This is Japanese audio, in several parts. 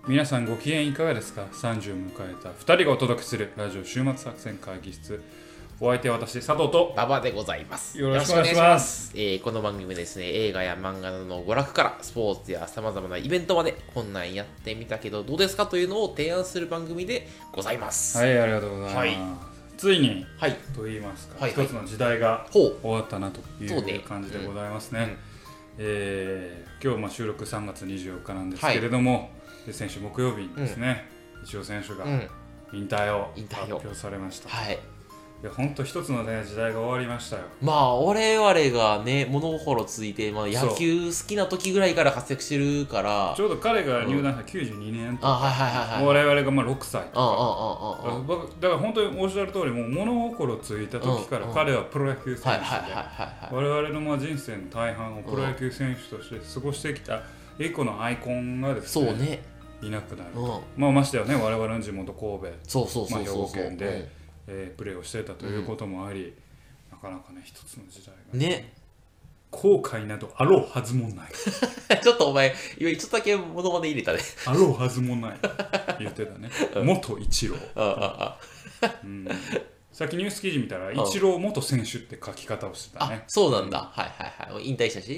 皆さんご機嫌いかがですか。30を迎えた2人がお届けするラジオ週末作戦会議室。お相手は私、佐藤と馬場でございます。 よろしくお願いします。 この番組はですね、映画や漫画などの娯楽からスポーツや様々なイベントまでこんなんやってみたけどどうですかというのを提案する番組でございます。 はい、ありがとうございます。 はい、 ついに、 はい、 と言いますか、 はい一つの時代が終わったなという感じでございますね。今日収録3月24日なんですけれども、先週木曜日にですね、一応選手が引退を発表されました。 はい。 いや本当一つのね時代が終わりましたよ。 まあ我々がね物心ついて、野球好きな時ぐらいから活躍してるから、 ちょうど彼が入団した92年とか、 我 々が6歳とか、だから本当におっしゃる通り、もう物心ついた時から彼はプロ野球選手で、我々の人生の大半をプロ野球選手として過ごしてきた一個のアイコンがですね、いなくなると。ましてやね、我々の地元神戸、兵庫県でプレーをしてたということもあり、なかなかね一つの時代がね、後悔などあろうはずもないちょっとお前今ちょっとだけモノマネ入れたねあろうはずもない言ってたね元イチローさっきニュース記事見たらイチロー元選手って書き方をしてたね。 そうなんだ。引退したし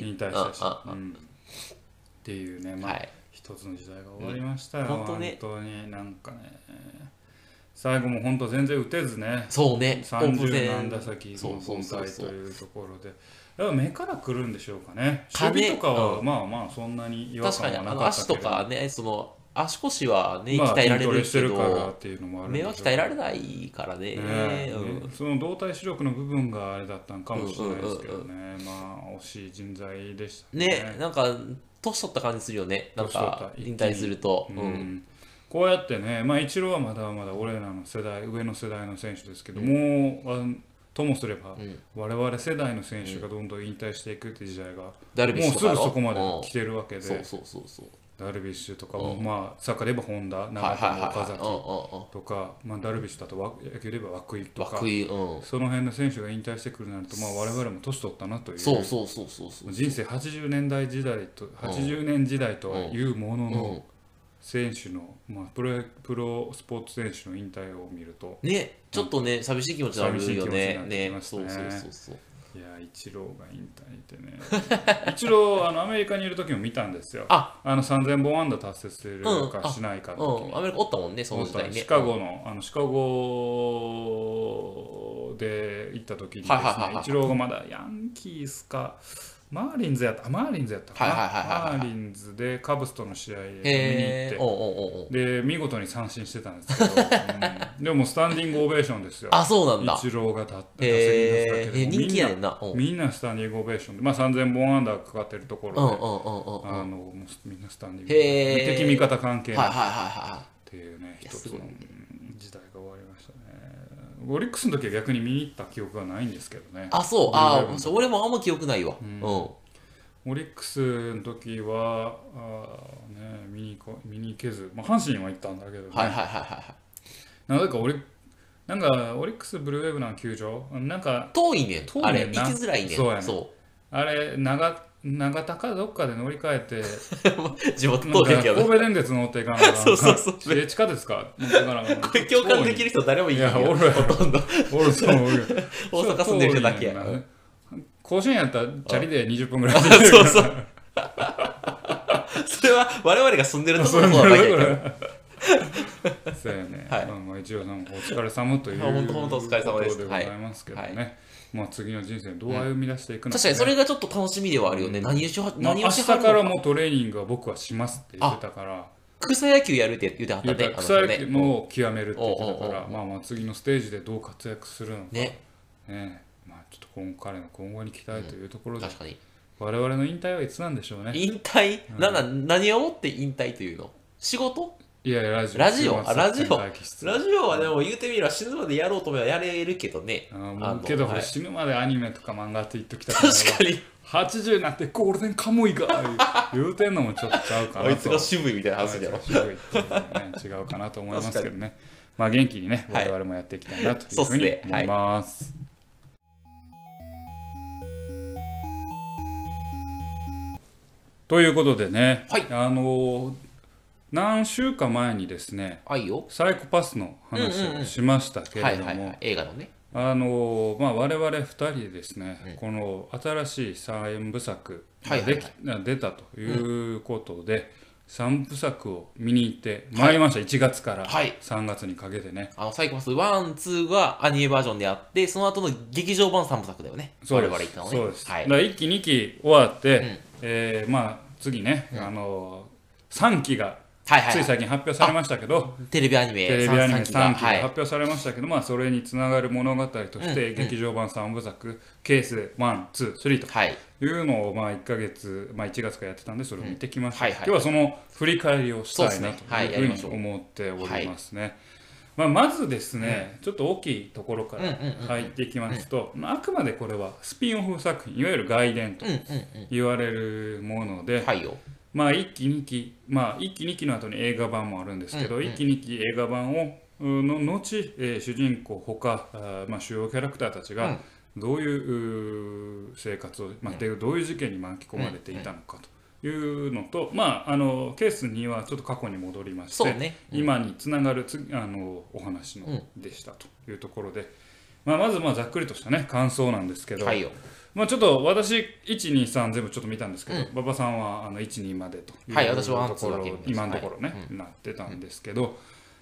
っていうね、一つの時代が終わりましたよ。本当になんかね、最後も本当全然打てずね、30何打席凡退というところで、だから目からくるんでしょうかね。守備とかはそんなに違和感はなかったけど、 確かに足とかね、足腰はね鍛えられるけど、目は鍛えられないからね。 その動体視力の部分があれだったのかもしれないですけどね、惜しい人材でしたね。 なんか年取った感じするよね、なんか引退すると。 こうやってね、イチローはまだまだ俺らの世代、上の世代の選手ですけど、もうともすれば、我々世代の選手がどんどん引退していくっていう時代が、もうすぐそこまで来てるわけで、ダルビッシュとかも、サッカーで言えば本田、長友、岡崎とか、ダルビッシュだと野球で言えば涌井とか、その辺の選手が引退してくるなると、我々も年取ったなという、人生80年代時代と、80年時代とはいうものの、選手の、プロスポーツ選手の引退を見るとね、ちょっとね寂しい気持ちになるよね。いやイチローが引退ってねイチローアメリカにいる時も見たんですよ。3000本安打達成するかしないかの時に、 アメリカおったもんね、その時代ね。 シカゴで行った時にですね、イチローがまだヤンキースかマーリンズやったかな。マーリンズでカブスとの試合で見に行って、で見事に三振してたんですけど、でもスタンディングオベーションですよ。 そうなんだ。 イチローが打席に立つだけで人気やねんな。 みんなスタンディングオベーションで、3000本安打かかってるところで、みんなスタンディング、敵味方関係ないっていうね、一つの時代が終わりましたね。オリックスの時は逆に見に行った記憶がないんですけどね。 俺もあんま記憶ないわ。 オリックスの時は見に行けず、阪神は行ったんだけどね。なんかオリックスブルーウェーブの球場なんか遠いねん。あれ行きづらいねん。 あれ長田かどっかで乗り換えて地元通るけど神戸電鉄乗っていかな地下鉄か乗っていかなこれ共感できる人誰もいないよ。ほとんど大阪住んでる人だけや。 甲子園やったらチャリで20分ぐらいでそれは我々が住んでるところだけやそうやね。一応さんお疲れ様ということでございますけどね。次の人生どう歩み出していくのか、 確かにそれがちょっと楽しみではあるよね。何をしはるのか。 明日からもトレーニングは僕はしますって言ってたから、 草野球やるって言ってはったね。 草野球も極めるって言ってたから、次のステージでどう活躍するのかね。ちょっと彼の今後に期待というところで、我々の引退はいつなんでしょうね。 引退？何をもって引退というの？仕事？ いやラジオはでも言うてみれば死ぬまでやろうと思えばやれるけどね。 けど死ぬまでアニメとか漫画って言っときたから、確かに 80になってゴールデンカムイが言うてんのもちょっとちゃうかなと。 あいつが渋いみたいな話だろ。 渋いって違うかなと思いますけどね。元気にね我々もやっていきたいなというふうに思います。ということでね、 何週間前にですね、 あ、いいよ。 サイコパスの話をしましたけれども、 映画のね。 我々2人でですね、この新しい3部作が出たということで、3部作を見に行ってまいりました。1月から3月にかけてね。 サイコパス1、2がアニメバージョンであって、その後の劇場版3部作だよね。我々行ったのね。 そうです。だから1期2期終わって、次ね、3期がつい最近発表されましたけど、 テレビアニメ 3期が発表されましたけど、それにつながる物語として劇場版3部作ケース1、2、3というのを1ヶ月、1月からやってたんでそれを見てきました。今日はその振り返りをしたいなというふうに思っておりますね。まずですね、ちょっと大きいところから入っていきますと、あくまでこれはスピンオフ作品、いわゆる外伝と言われるもので、1期2期、1期2期の後に映画版もあるんですけど、1期2期映画版をの後、主人公ほか主要キャラクターたちがどういう生活を、どういう事件に巻き込まれていたのかというのと、ケース2はちょっと過去に戻りまして、今につながるお話のでしたというところで、まずざっくりとしたね感想なんですけど、ちょっと私123全部ちょっと見たんですけど、馬場さんは12までというところ、今のところねなってたんですけど、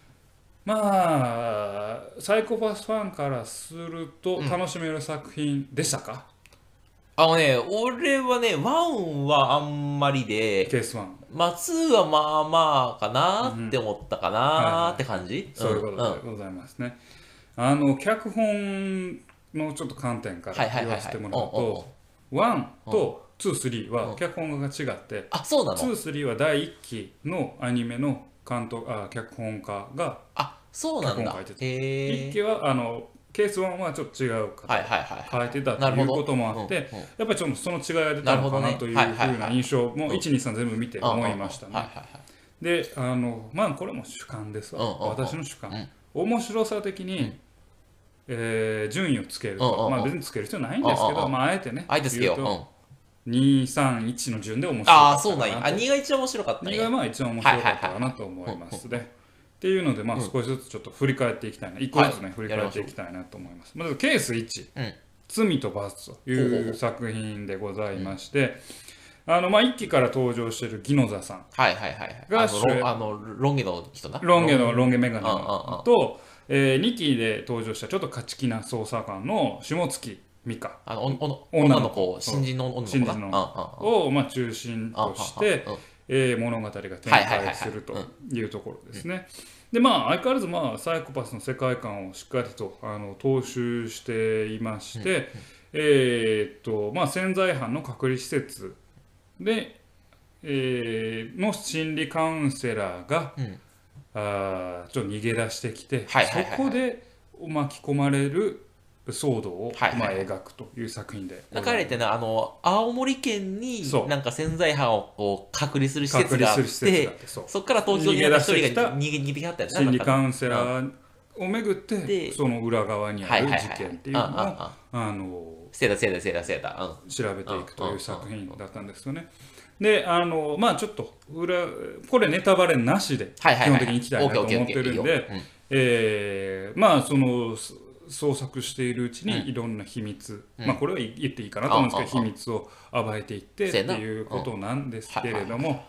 サイコパスファンからすると楽しめる作品でしたか？ 俺はね、1はあんまりで、 ケース1。 2はまあまあかなって思ったかなって感じ。 そういうことでございますね。脚本のちょっと観点から言わせてもらうと、1と2、3は脚本が違って、2、3は第1期のアニメの脚本家が脚本書いてた。1期はケース1はちょっと違う方が書いてたということもあって、やっぱりちょっとその違いが出たのかなというふうな印象も1、2、3全部見て思いましたね。で、これも主観ですわ。私の主観。面白さ的に順位をつけると、別につける必要ないんですけど、あえてね、 つけよう。 2、3、1の順で面白かったかなと。 そうなんや。2が一番面白かったね。 2が一番面白かったかなと思いますね。っていうので、少しずつちょっと振り返っていきたいな、1個ずつね、振り返っていきたいなと思います。まずケース1、罪と罰という作品でございまして、1期から登場しているギノザさんがロン毛の人な。 ロン毛メガネのと、2期で登場したちょっと勝ち気な捜査官の下月美香、 女の子、新人の女の子を中心として物語が展開するというところですね。で相変わらずサイコパスの世界観をしっかりと踏襲していまして、潜在犯の隔離施設で、の心理カウンセラーが、ちょっと逃げ出してきて、そこで巻き込まれる騒動を描くという作品で、 彼って青森県になんか潜在犯を隔離する施設があって、そこから東京に一人が逃げてきはったよね。 心理カウンセラーをめぐってその裏側にある事件っていうのを調べていくという作品だったんですよね。でちょっとこれネタバレなしで基本的にいきたいなと思ってるんで、その創作しているうちにいろんな秘密、これは言っていいかなと思うんですけど、秘密を暴いていってっていうことなんですけれども、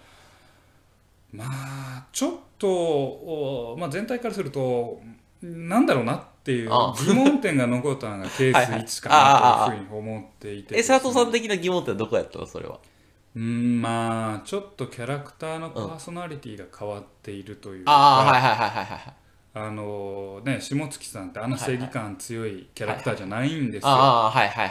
ちょっと全体からするとなんだろうなっていう疑問点が残ったのがケース1かなというふうに思っていて、 佐藤さん的な疑問点はどこやったのそれは？ ちょっとキャラクターのパーソナリティが変わっているというか、下月さんって正義感強いキャラクターじゃないんですよ。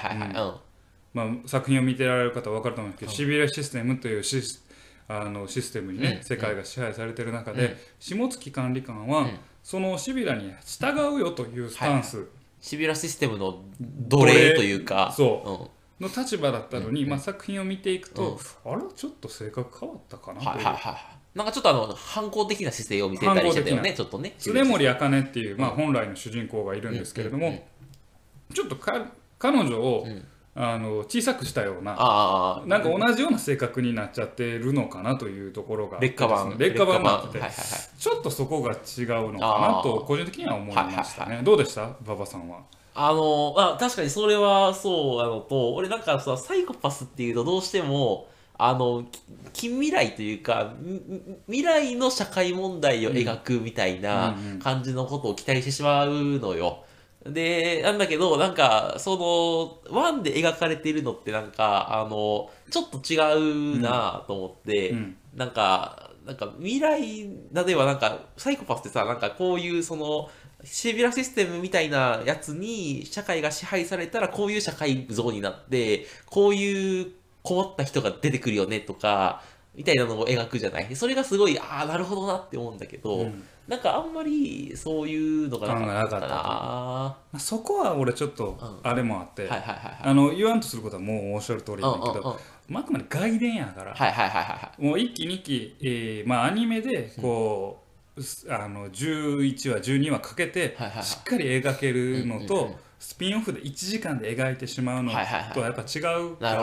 作品を見てられる方は分かると思うんですけど、シビラシステムというシステムにね、世界が支配されている中で、下月管理官はそのシビラに従うよというスタンス、 シビラシステムの奴隷というかの立場だったのに、作品を見ていくと、ちょっと性格変わったかなという、 なんかちょっと反抗的な姿勢を見せたりしてたよね、ちょっとね。 常森茜っていう、本来の主人公がいるんですけれども、ちょっと彼女を小さくしたような、なんか同じような性格になっちゃってるのかなというところが、 劣化版になってて、ちょっとそこが違うのかなと個人的には思いましたね。どうでした馬場さんは。 確かにそれはそうなのと、俺なんかさ、サイコパスっていうとどうしても、近未来というか、未来の社会問題を描くみたいな感じのことを期待してしまうのよ。で、なんだけど、なんか、ワンで描かれているのってなんか、ちょっと違うなと思って、なんか未来、例えばなんか、サイコパスってさ、なんかこういうシビラシステムみたいなやつに社会が支配されたらこういう社会像になって、こういう困った人が出てくるよねとか、みたいなのを描くじゃない。それがすごい、なるほどなって思うんだけど、なんかあんまりそういうのがなかったな。 そこは俺ちょっとあれもあって、言わんとすることはもうおっしゃる通りだけど、あくまで外伝やから、もう1期2期、アニメでこう、11話12話かけてしっかり描けるのと、スピンオフで1時間で描いてしまうのとはやっぱ違うから、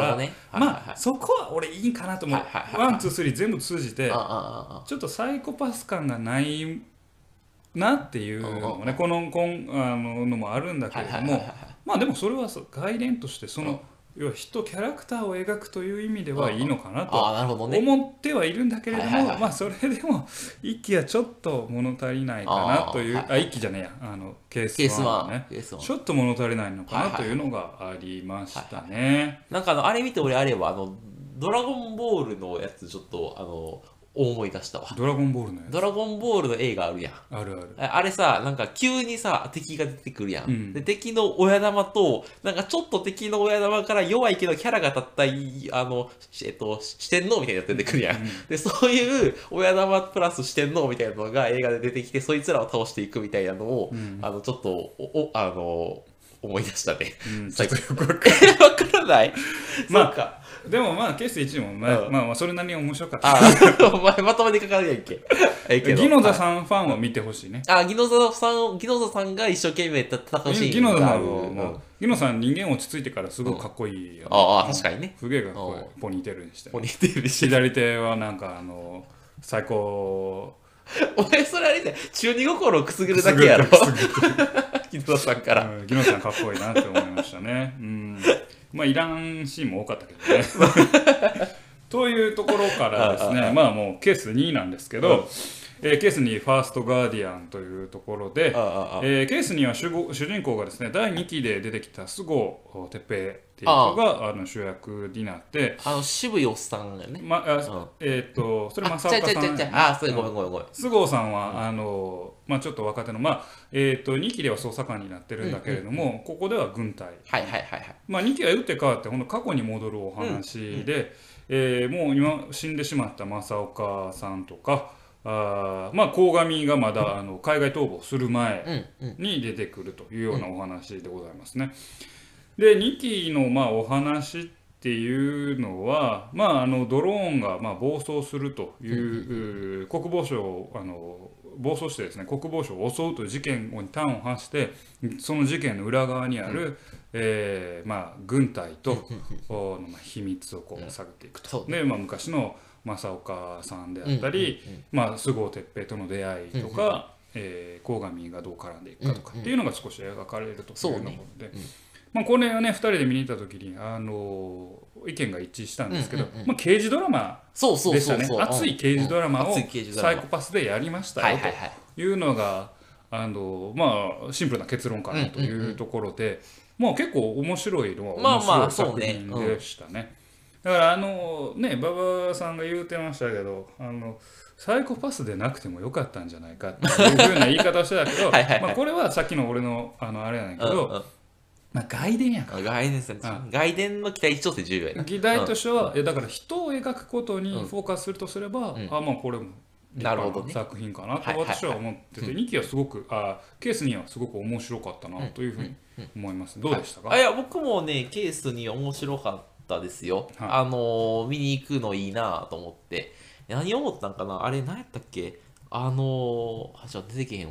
そこは俺いいかなと思う。ワンツースリー全部通じてちょっとサイコパス感がないなっていうのもね、こののもあるんだけれども、でもそれは概念として要はキャラクターを描くという意味ではいいのかなと思ってはいるんだけれども、それでも一期はちょっと物足りないかなという、一期じゃねえや、ケース1はねちょっと物足りないのかなというのがありましたね。 なんかあれ見て俺あれはドラゴンボールのやつちょっと思い出したわ。 ドラゴンボールのやつ。 ドラゴンボールの映画あるやん。 あるある。 あれさ、なんか急にさ、敵が出てくるやん。で、敵の親玉と、なんかちょっと敵の親玉から弱いけどキャラが立った四天王みたいなの出てくるやん。で、そういう親玉プラス四天王みたいなのが映画で出てきて、そいつらを倒していくみたいなのを、ちょっと、思い出したね。 ちょっとよくわからないでもケース1もそれなりに面白かった。 お前まとめてかかるやんけ。 ギノザさんファンは見てほしいね。 ギノザさんが一生懸命戦うシーン。 ギノザさん人間落ち着いてからすごくかっこいいよね。 確かにね。 すげえかっこいい。ポニーテールにして。 ポニーテールにして。 左手はなんか最高。 お前それあれだよ。中二心をくすぐるだけやろ。ギノザさんから。 ギノザさんかっこいいなって思いましたね。いらんシーンも多かったけどね。というところからですね、もうケース2なんですけど、ケース2ファーストガーディアンというところで、ケース2は主人公がですね、第2期で出てきた菅生哲平っていう人が主役になって、 渋いおっさんがね。 それ正岡さん。 それごめん。 菅生さんはちょっと若手の2期では捜査官になってるんだけれども、ここでは軍隊。2期は打って変わって過去に戻るお話で、もう今死んでしまった正岡さんとか、鴻上がまだ海外逃亡する前に出てくるというようなお話でございますね。で2期のお話っていうのは、ドローンが暴走するという国防省暴走してですね、国防省を襲うという事件に端を発して、その事件の裏側にある、軍隊との秘密を探っていくと。で、昔の正岡さんであったり、菅生哲平との出会いとか、鴻上がどう絡んでいくかとかっていうのが少し描かれるというので、これをね2人で見に行った時に意見が一致したんですけど、刑事ドラマでしたね。熱い刑事ドラマをサイコパスでやりましたよというのがシンプルな結論かなというところで、結構面白いのは面白い作品でしたね。だから馬場さんが言うてましたけどサイコパスでなくてもよかったんじゃないかっていうふうな言い方をしてたけどこれはさっきの俺のあれなんだけど、外伝やから。 外伝の期待値として重要やな。 議題としては、だから人を描くことにフォーカスするとすれば、これも立派な作品かなと私は思ってて、2期はすごくケースにはすごく面白かったなというふうに思います。どうでしたか？ いや僕もねケースに面白かったですよ。見に行くのいいなと思って。何思ったんかなあれ何やったっけじゃあ出てけへんわ。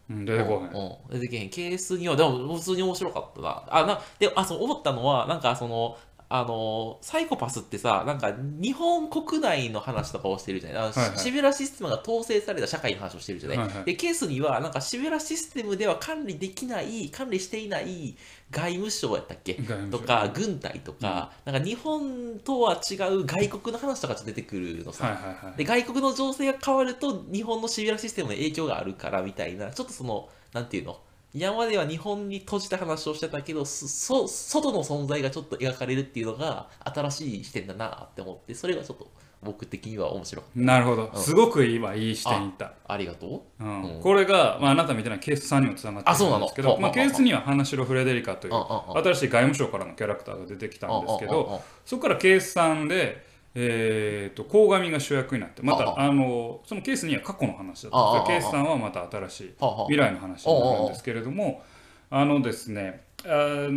出てこへん。出てけへん。ケースには、でも普通に面白かったな。そう思ったのは、サイコパスってさ、なんか日本国内の話とかをしてるじゃない、シベラシステムが統制された社会の話をしてるじゃない、で、ケースには、なんかシベラシステムでは管理していない外務省やったっけとか、軍隊とか、なんか日本とは違う外国の話とかちょっと出てくるのさ。で、外国の情勢が変わると、日本のシベラシステムの影響があるからみたいな、ちょっとなんていうの、今までは日本に閉じた話をしてたけど、外の存在がちょっと描かれるっていうのが新しい視点だなって思って、それがちょっと僕的には面白かった。 なるほど、すごくいい視点いった。 ありがとう。これが、あなたみたいなケースさんにもつながってるんですけど、ケースには花城フレデリカという新しい外務省からのキャラクターが出てきたんですけど、そこからケースさんで鴻上が主役になって、またそのケースには過去の話だったんですが、ケースさんはまた新しい未来の話になるんですけれども、ですね、第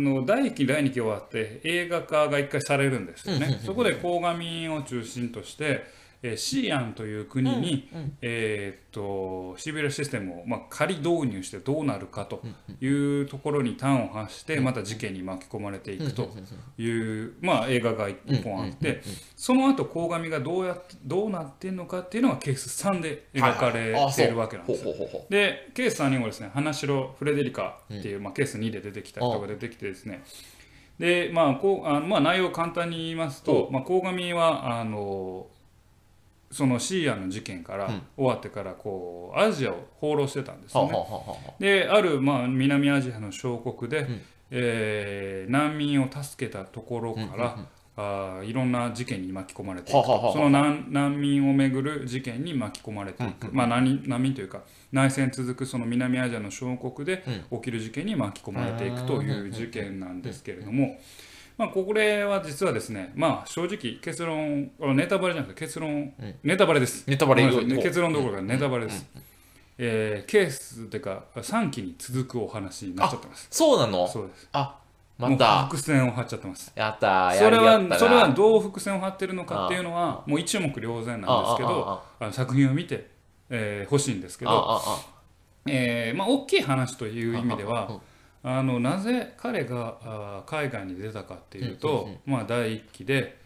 1期第2期終わって映画化が1回されるんですよね。そこで鴻上を中心としてシーアンという国にシベリアシステムを仮導入してどうなるかというところに端を発してまた事件に巻き込まれていくという映画が1本あって、その後鴻上がどうなっているのかっていうのがケース3で描かれているわけなんです。でケース3にもですね、花城フレデリカっていうケース2で出てきた人が出てきてですね、で内容を簡単に言いますと、鴻上はそのシーアンの事件から終わってからアジアを放浪してたんですよね。である南アジアの小国で、難民を助けたところからいろんな事件に巻き込まれていくと、その難民をめぐる事件に巻き込まれていく、難民というか内戦続くその南アジアの小国で起きる事件に巻き込まれていくという事件なんですけれども、これは実はですね、正直結論、ネタバレじゃなくて結論、ネタバレです。結論どころかネタバレです。ケースというか3期に続くお話になっちゃってます。 そうなの？ そうです。 また伏線を張っちゃってます。 やったー。 それはどう伏線を張ってるのかっていうのはもう一目瞭然なんですけど、作品を見てほしいんですけど、大きい話という意味では、なぜ彼が海外に出たかっていうと、第1期で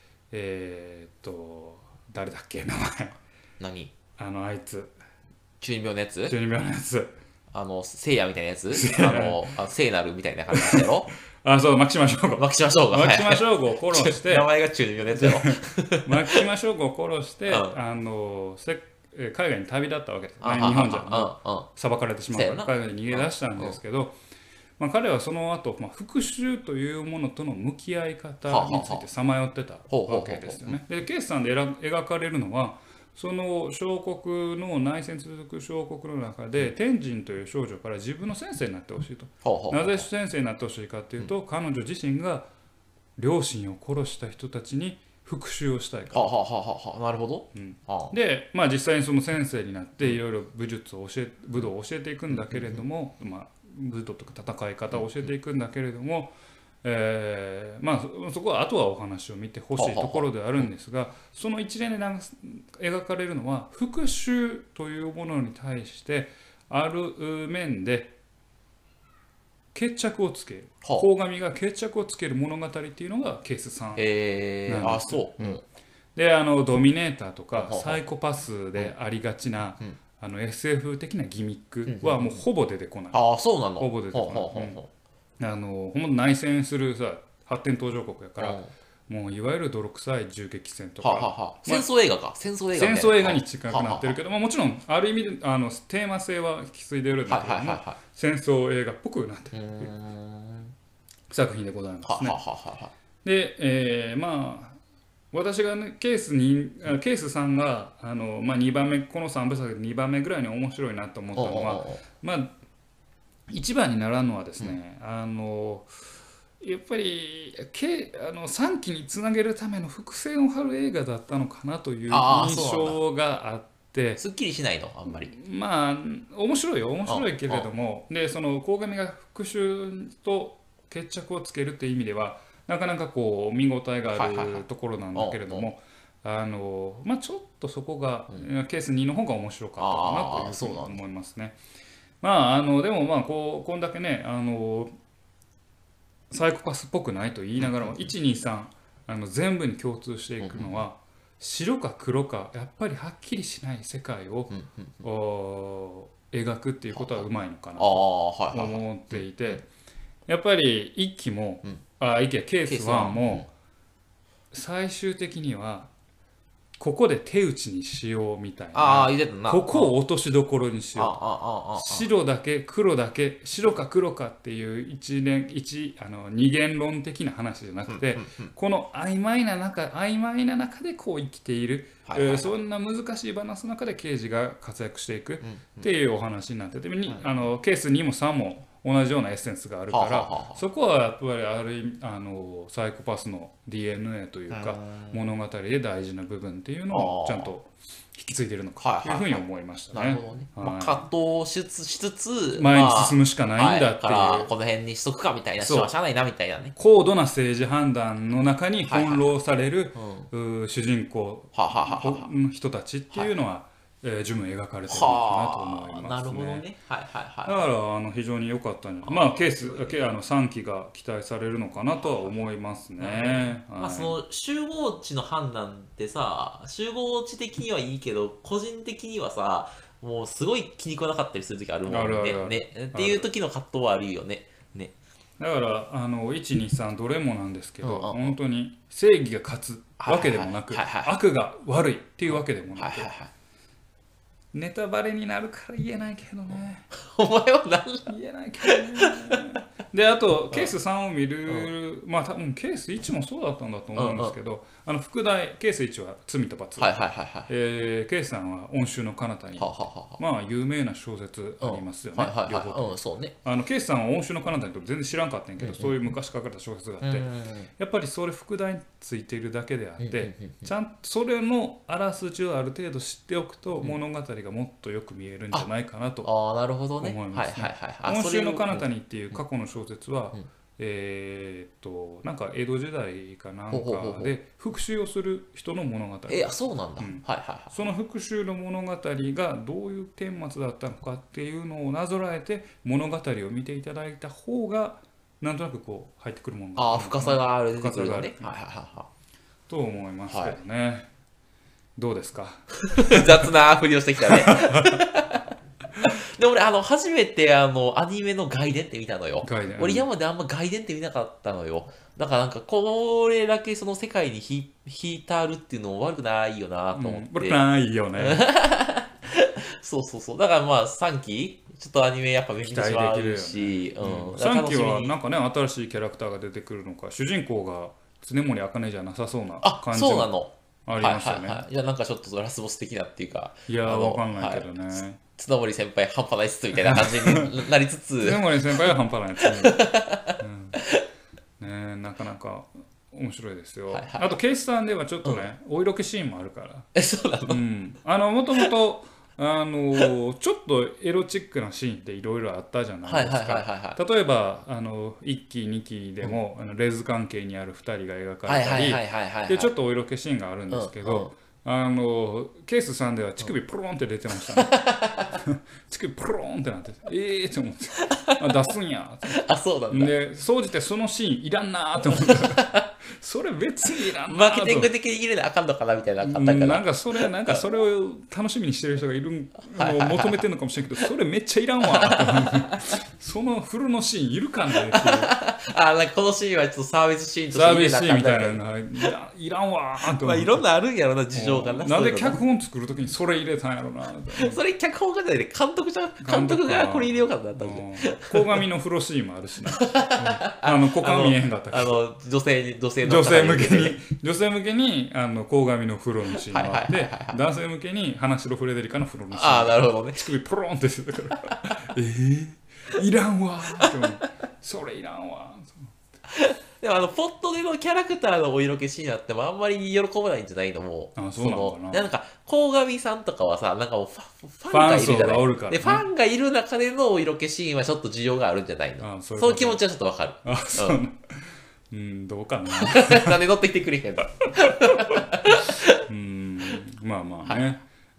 誰だっけ名前。 何？ あいつ中二病のやつ？ 中二病のやつ。 聖夜みたいなやつ？聖なるみたいな感じだろ？ そう、牧島省吾。 牧島省吾を殺して、 名前が中二病のやつやろ。 牧島省吾を殺して、海外に旅立ったわけです。日本じゃ裁かれてしまうから海外に逃げ出したんですけど、彼はその後、復讐というものとの向き合い方についてさまよってたわけですよね。でケースさんで描かれるのはその小国の内戦続く小国の中で天神という少女から自分の先生になってほしいと。なぜ先生になってほしいかというと、彼女自身が両親を殺した人たちに復讐をしたいから。 なるほど。 で、実際にその先生になっていろいろ武道を教えていくんだけれども、武道とか戦い方を教えていくんだけれども、そこはあとはお話を見てほしいところではあるんですが、その一連で描かれるのは復讐というものに対してある面で決着をつける、鴻上が決着をつける物語っていうのがケース3なんです。でドミネーターとかサイコパスでありがちなSF 的なギミックはもうほぼ出てこない。 そうなの？ ほぼ出てこない。ほんま内戦する発展途上国やから、もういわゆる泥臭い銃撃戦とか、 戦争映画か。戦争映画に近くなってるけど、もちろんある意味でテーマ性は引き継いでるんだけども、戦争映画っぽくなってる作品でございますね。で、私がね、ケースさんが2番目、この3部作で2番目ぐらいに面白いなと思ったのは、一番にならんのはですね、やっぱり3期につなげるための伏線を張る映画だったのかなという印象があって、 すっきりしないのあんまり。 面白いけれども、でその鴻上が復讐と決着をつけるっていう意味ではなかなか見応えがあるところなんだけれども、ちょっとそこがケース2の方が面白かったかなというふうに思いますね。 まあでもまあこんだけねサイコパスっぽくないと言いながらも123全部に共通していくのは白か黒かやっぱりはっきりしない世界を描くっていうことはうまいのかなと思っていて、やっぱり1期も1期やケース1も最終的にはここで手打ちにしようみたいな、ここを落としどころにしよう、白だけ黒だけ、白か黒かっていう二元論的な話じゃなくて、この曖昧な中でこう生きている、そんな難しいバランスの中で刑事が活躍していくっていうお話になってて、ケース2も3も同じようなエッセンスがあるから、そこはやっぱりある意味サイコパスの DNA というか物語で大事な部分っていうのをちゃんと引き継いでるのかというふうに思いましたね。 葛藤しつつ前に進むしかないんだっていう、 この辺にしとくかみたいな、しゃあないなみたいなね、 高度な政治判断の中に翻弄される主人公の人たちっていうのは十分描かれてるのかなと思いますね。 なるほどね。 だから非常に良かったんじゃない。まあケース3期が期待されるのかなとは思いますね。 その集合値の判断ってさ、集合値的にはいいけど個人的にはさ、もうすごい気に食わなかったりする時あるもんね。っていう時の葛藤はあるよね。 だから123どれもなんですけど、本当に正義が勝つわけでもなく、悪が悪いっていうわけでもなく。ネタバレになるから言えないけどね。 お前は何だ言えないけどね。であとケース3を見る、まあ多分ケース1もそうだったんだと思うんですけど、副題ケース1は罪と罰、ケース3は恩衆の彼方に、まあ有名な小説ありますよね、両方と。ケース3は恩衆の彼方にと全然知らんかったんやけど、そういう昔書かれた小説があって、やっぱりそれ副題についているだけであって、ちゃんとそれのあらすじをある程度知っておくと物語がもっとよく見えるんじゃないかなと思いますね。恩衆の彼方にっていう過去の小説は、なんか江戸時代かなんかで復讐をする人の物語。 そうなんだ。 その復讐の物語がどういう顛末だったのかっていうのをなぞらえて物語を見ていただいた方がなんとなくこう入ってくるものが深さがある、出てくるよね。 と思いますけどね。どうですか？ 雑なふりをしてきたね。で俺初めてアニメの外伝って見たのよ。俺今まであんま外伝って見なかったのよ。だからなんかこれだけその世界に浸るっていうのも悪くないよなと思って。 悪くないよね。 そうだからまあ3期ちょっとアニメやっぱ見てしまうし、 3期はなんかね新しいキャラクターが出てくるのか、主人公が常森茜じゃなさそうな感じがありますよね。 いやなんかちょっとラスボス的なっていうか、 いやわかんないけどね。 綱森先輩半端ないっすみたいな感じになりつつ綱森先輩は半端ないですね。なかなか面白いですよ。あとケースさんではちょっとね、お色気シーンもあるから。 そうなの？ もともとちょっとエロチックなシーンっていろいろあったじゃないですか。例えば1期2期でもレズ関係にある2人が描かれたりでちょっとお色気シーンがあるんですけど、ケース3では乳首プローンって出てましたね。乳首プローンってなってって思って出すんやってそうなんだ。 で総じてそのシーンいらんなって思ってそれ別にいらんなマーケティング的に入れなあかんのかなみたいななんかそれを楽しみにしてる人がいるのを求めてるのかもしれんけどそれめっちゃいらんわそのフルのシーンいるかねっていうなんかこのシーンはちょっとサービスシーンとしてサービスシーンみたいなのがいらんわと思って、いろんなあるんやろな事情がなんで脚本作るときにそれ入れたんやろなそれ脚本がじゃないで監督がこれ入れようかったんだ鴻上の風呂シーンもあるしね股間見えへんかった女性向けに鴻上の風呂のシーンがあって男性向けに花城フレデリカの風呂のシーンなるほどね。 乳首ポロンってしてたからいらんわそれいらんわでもポットでのキャラクターのお色気シーンあってもあんまり喜ばないんじゃないのもそうなのかな。 なんか鴻上さんとかはさなんかもうファンがいるじゃない。でファンがいる中でのお色気シーンはちょっと需要があるんじゃないの。その気持ちはちょっとわかる。 どうかな。 なんで乗ってきてくれへんの。 まあまあね。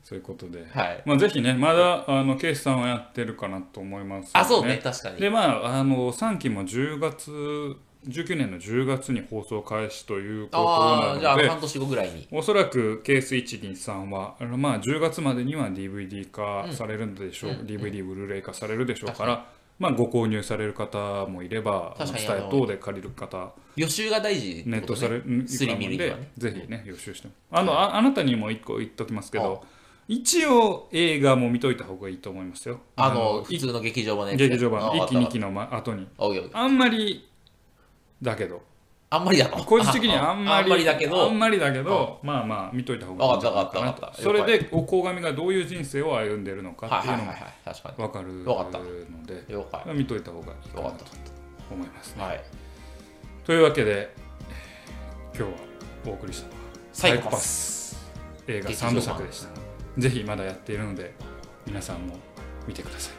そういうことで、 はい。 まあ、ぜひね、まだケイスさんはやってるかなと思います、 あ、そうね、確かに。 で、まあ、3期も10月、19年の10月に放送開始ということああ、じゃあなので、 半年後ぐらいに。 おそらくケース123は、まあ、10月までには DVD 化うん。 されるのでしょう、 うん。うん。 DVD ブルーレイ化されるでしょう確かに。 から、まあ、ご購入される方もいれば、 確かにスタイ等で借りる方、 予習が大事ってネッことね。 トされるスリ見るので、 にはね。うん。 ぜひね、予習しても。 はい。 あなたにも一個言っときますけあ、 ど、一応映画も見といた方がいいと思いますよ。 普通の劇場版のやつで。 劇場版、 あ、わ 1期、2 かったわかっ期の後に。 た。オッケーオッケー。 あんまりだけど、 あんまりだろ。 個人的にはあんまりだけど、 まあまあ見といた方がいいんじゃわかったわないかなと。 かったわかった。 それ了解。 で、鴻上がどういう人生を歩んでるのかはいっていうのもはいはいはい。確か分かるに。わかった。 ので、 了解。 見といた方がいいかなとわかった。 思いますね。 はい。 というわけで、今日はお送りしたのはサイコパサイコパス。 ス映画劇 3部場版。 作でした。ぜひまだやっているので、皆さんも見てください。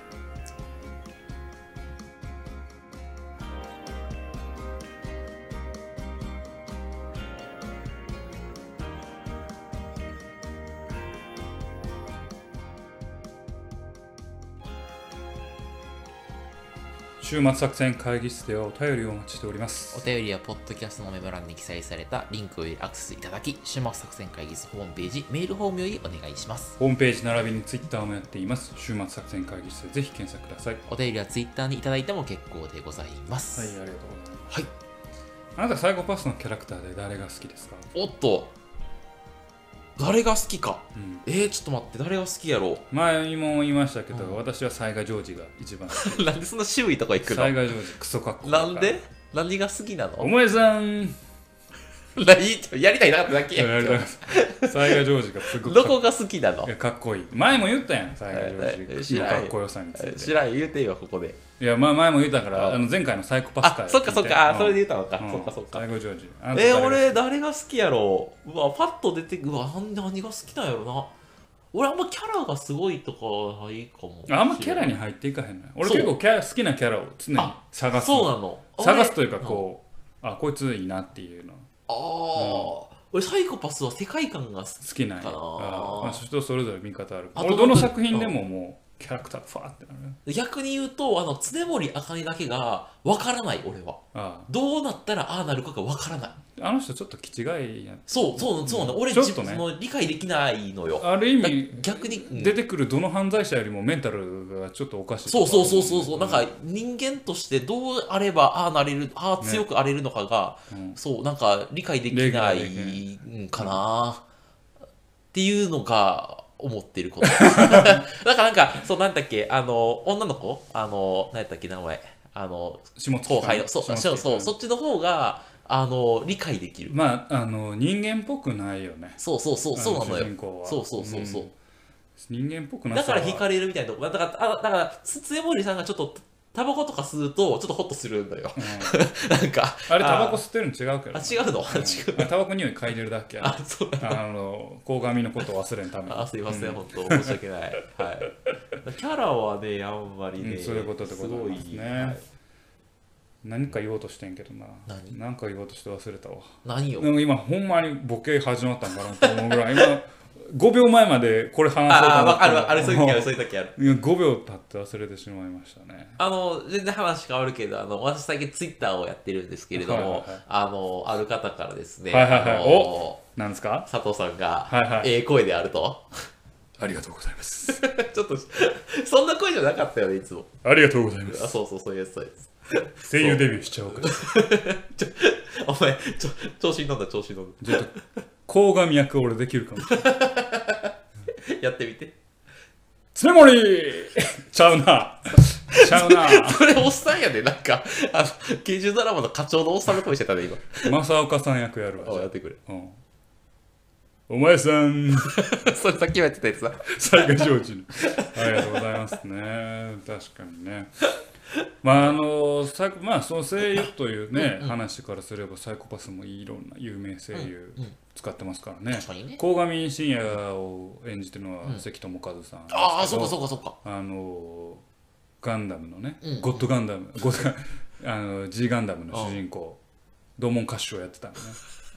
週末作戦会議室ではお便りをお待ちしておりまおす。 便りはポッドキャストのメモ欄に記載されたリンクよりアクセスいただき、週末作戦会議室ホームページ、メールフォームよりお願いします。 ホームページ並びにツイッターもやっています。週末作戦会議室でぜひ検索ください。 お便りはツイッターにいただいても結構でございまはい、 す。 ありがとうございます。 はい。 あなたサイコパスのキャラクターで誰が好きですか？ おっと、誰が好きか。 うん。 ちょっと待って、誰が好きやろ前にも言いましたけど、 うん私は雑賀ジョージが一番好き。 う。なんでそんな渋いとこ行くの？ 雑賀ジョージクソかっこいいから。 なんで何が好きなの？ お前さんやりたいなってだけやん。 雑賀ジョージがすごくどこが好きなの？ かっこいい。前も言ったやん、雑賀ジョージのかっこよさについて。 知らん、言うてよ、ここで。 いや、まあ前も言ったから、前回のサイコパス会あ、そっかそっか、それで言ったのか。 うんそっかそっか。 雑賀ジョージ。あなた誰が俺、誰が好きやろう。うわ、パッと出てくる。うわ、何が好きなんやろな。俺、あんまキャラがすごいとかないかも。 あんまキャラに入っていかへんのよ。俺そう結構好きなキャラを常に探す。 そうなの。 探すというかこう、あ、こいついいなっていうの俺、サイコパスは世界観が好好きなんや。 かなまあ人それぞれ見方ある。 あと俺どの作品でももうキャラクターファーってなる。 き。逆に言うと、常森茜だけが分からない、俺は。 あどうなったらああなるかが分からない。 あの人ちょっと気違いやん。 そうなの。俺、 ちょっとね理解できないのよ。 ある意味逆に、 出てくるどの犯罪者よりもメンタルがちょっとおかしい。 そう。なんか人間としてどうあればああなれる、ああ強くあれるのかが、 うんそう、なんか理解できないんかなっていうのが思ってること。だからなんか、そう、なんだっけ、女の子なんやったっけ、名前。 下月後輩の、そう、 下月そっちの方が、理解できる。 まあ人間っぽくないよね。 そうなのよ主人。公はそう。 人間っぽくなださはから惹かれるみたいなとこ。だから、つ森さんがちょっと、タバコとか吸うと、ちょっとホッとするんだよ。なんか。 あれタバコ吸ってるの違うけど。 違うの違う。 タバコ匂い嗅いでるだけや。 そうな鴻上のことを忘れんために。 すいません、本当申し訳ない。はい。キャラはね、あんまりね、 そういうことでございますね。 はい何か言おうとしてんけどな。 何何か言おうとして忘れたわ。 何よ。 でも今ほんまにボケ始まったんかなと思うぐらい。今5秒前までこれ話そうと思ってある、そういう時ある、そういう時ある。 いや5秒経って忘れてしまいましたね。 全然話変わるけど、私最近ツイッターをやってるんですけれども、ある方からですね、 お、なんですか？ 佐藤さんが、 はい声であると。 ありがとうございます。 ちょっと、そんな声じゃなかったよね、いつも。 ありがとうございます。 そういうやつです。 声優デビューしちゃおうか。 お前、調子に乗んだ。 ちょっと鴻上役俺できるかも。 やってみて。 常森ちゃうな。 それおっさんやで、なんか、刑事ドラマの課長のおっさんの声してたね、今。 正岡さん役やるわ。 やってくれ。 お前さん。 それさっきもやってたやつだ。 雑賀ジョージの。ありがとうございますね。確かにね。まあその声優というね、話からすればサイコパスもいろんな有名声優使ってますからね。 確かにね。 鴻上信也を演じてるのは関智一さん。 ああ、そうか。 ガンダムのね、ゴッドガンダム、G ガンダムの主人公、同門歌手をやってたのね。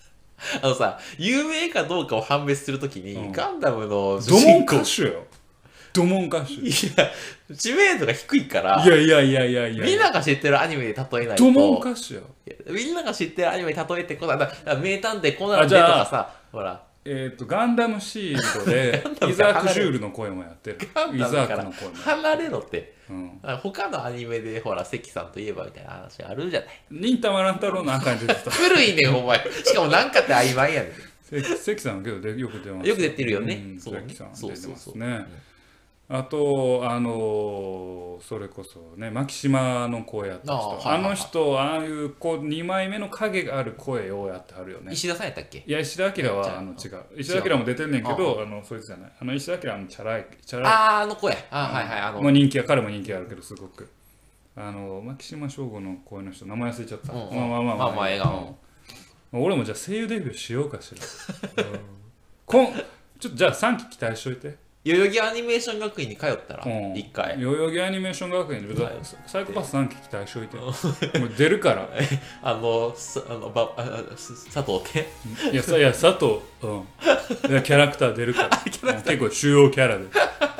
さ、有名かどうかを判別するときに、ガンダムのドモン歌手よ。ドモン歌手。 いや、知名度が低いから、 いやいやいやいやいや。 みんなが知ってるアニメで例えないと。 ドモン歌手よ。 みんなが知ってるアニメで例えてこない。だから名探偵コナンでとかさ、ほら。 ガンダムシールドで、イザーク・ジュールの声もやってる。イザークの声も。 離れろって。他のアニメで、ほら、関さんといえばみたいな話あるじゃない。 忍たま乱太郎の赤に出てた。 古いねん、お前。しかもなんかって曖昧やねん。 関さんはけどよく出ます。 よく出てるよね。 関さん出てますね。あとそれこそねマキシマの声やった人、あの人ああいうこう2枚目の影がある声をやってはるよね。 石田さんやったっけ？ いや石田明は違う。石田明も出てんねんけどそいつじゃない。石田明チャラいあの声はいはいまあ人気彼も人気あるけどすごくマキシマ省吾の声の人名前忘れちゃった。まあ笑顔。俺もじゃあ声優デビューしようかしら。ちょっとじゃあ3期期待しといて。 代々木アニメーション学院に通ったら1回代々木アニメーション学院でサイコパス3期期待しといてもう出るから佐藤っていや佐藤キャラクター出るから結構主要キャラで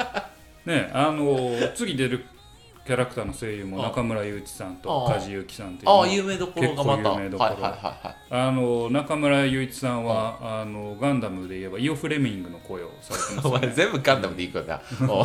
ね次出るキャラクターの声優も中村雄一さんと梶裕貴さんっていう有名どころがまた中村雄一さんはガンダムで言えばイオ・フレミングの声をされてます、ね、 お前全部ガンダムでいくんだ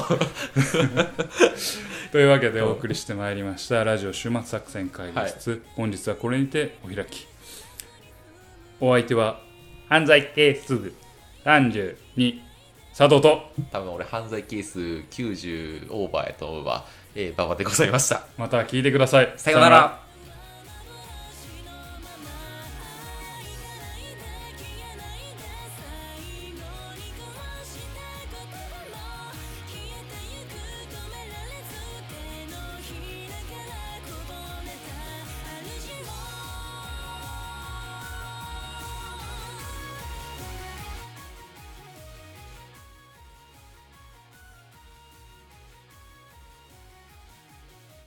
というわけでお送りしてまいりましたラジオ週末作戦会議室、本日はこれにてお開き。お相手は犯罪係数32佐藤と多分俺犯罪係数90オーバーやと思うわ馬場でございました。 また聞いてください。 さようなら。